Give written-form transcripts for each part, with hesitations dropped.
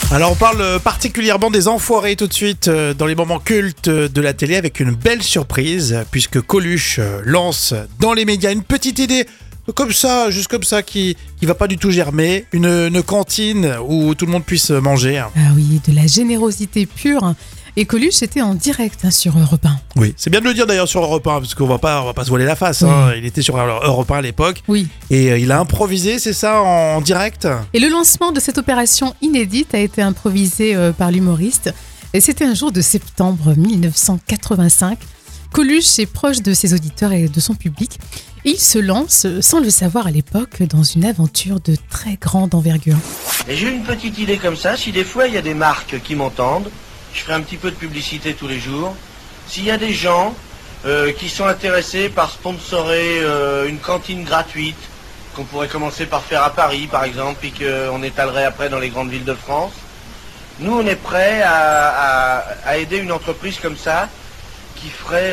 Alors on parle particulièrement des enfoirés tout de suite dans les moments cultes de la télé avec une belle surprise puisque Coluche lance dans les médias une petite idée comme ça, juste comme ça, qui va pas du tout germer, une cantine où tout le monde puisse manger. Ah oui, de la générosité pure. Et Coluche était en direct sur Europe 1. Oui, c'est bien de le dire d'ailleurs sur Europe 1 parce qu'on va pas se voiler la face. Oui. Il était sur Europe 1 à l'époque. Oui. Et il a improvisé, c'est ça, en direct. Et le lancement de cette opération inédite a été improvisé par l'humoriste. Et c'était un jour de septembre 1985. Coluche est proche de ses auditeurs et de son public. Et il se lance, sans le savoir à l'époque, dans une aventure de très grande envergure. Et j'ai une petite idée comme ça, si des fois il y a des marques qui m'entendent, je ferai un petit peu de publicité tous les jours. S'il y a des gens qui sont intéressés par sponsorer une cantine gratuite, qu'on pourrait commencer par faire à Paris par exemple, puis qu'on étalerait après dans les grandes villes de France, nous on est prêts à aider une entreprise comme ça, qui ferait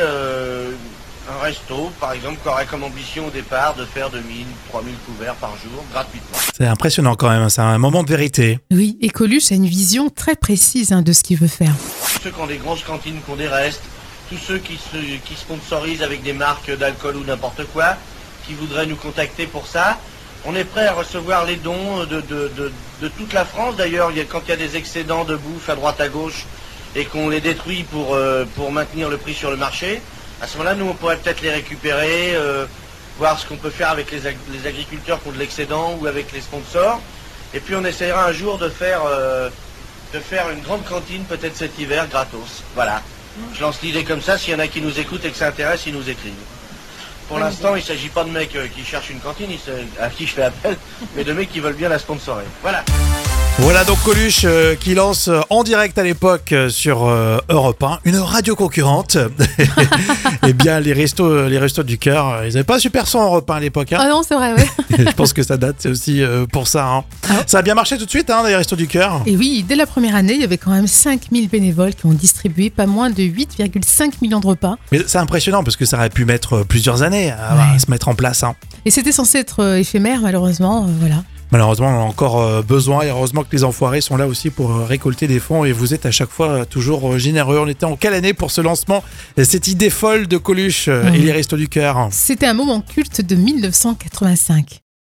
un resto par exemple, qui aurait comme ambition au départ de faire 2000, 3000 couverts par jour, gratuitement. C'est impressionnant quand même, c'est un moment de vérité. Oui, et Coluche a une vision très précise de ce qu'il veut faire. Tous ceux qui ont des grosses cantines, qui ont des restes, tous ceux qui sponsorisent avec des marques d'alcool ou n'importe quoi, qui voudraient nous contacter pour ça, on est prêt à recevoir les dons de toute la France. D'ailleurs, quand il y a des excédents de bouffe à droite à gauche et qu'on les détruit pour maintenir le prix sur le marché, à ce moment-là, nous, on pourrait peut-être les récupérer, voir ce qu'on peut faire avec les agriculteurs qui ont de l'excédent ou avec les sponsors. Et puis, on essaiera un jour de faire une grande cantine, peut-être cet hiver, gratos. Voilà. Je lance l'idée comme ça. S'il y en a qui nous écoutent et que ça intéresse, ils nous écrivent. Pour l'instant, il ne s'agit pas de mecs qui cherchent une cantine, à qui je fais appel, mais de mecs qui veulent bien la sponsorer. Voilà. Voilà donc Coluche qui lance en direct à l'époque sur Europe 1, une radio concurrente. Eh bien les restos du cœur, ils n'avaient pas super son Europe 1 à l'époque. Ah non, c'est vrai, ouais. Je pense que ça date, c'est aussi pour ça. Ah. Ça a bien marché tout de suite, les restos du cœur. Et oui, dès la première année, il y avait quand même 5000 bénévoles qui ont distribué pas moins de 8,5 millions de repas. Mais c'est impressionnant parce que ça aurait pu mettre plusieurs années à se mettre en place. Et c'était censé être éphémère, malheureusement, voilà. Malheureusement, on en a encore besoin et heureusement que les enfoirés sont là aussi pour récolter des fonds et vous êtes à chaque fois toujours généreux. On était en quelle année pour ce lancement, cette idée folle de Coluche et les restos du cœur? C'était un moment culte de 1985.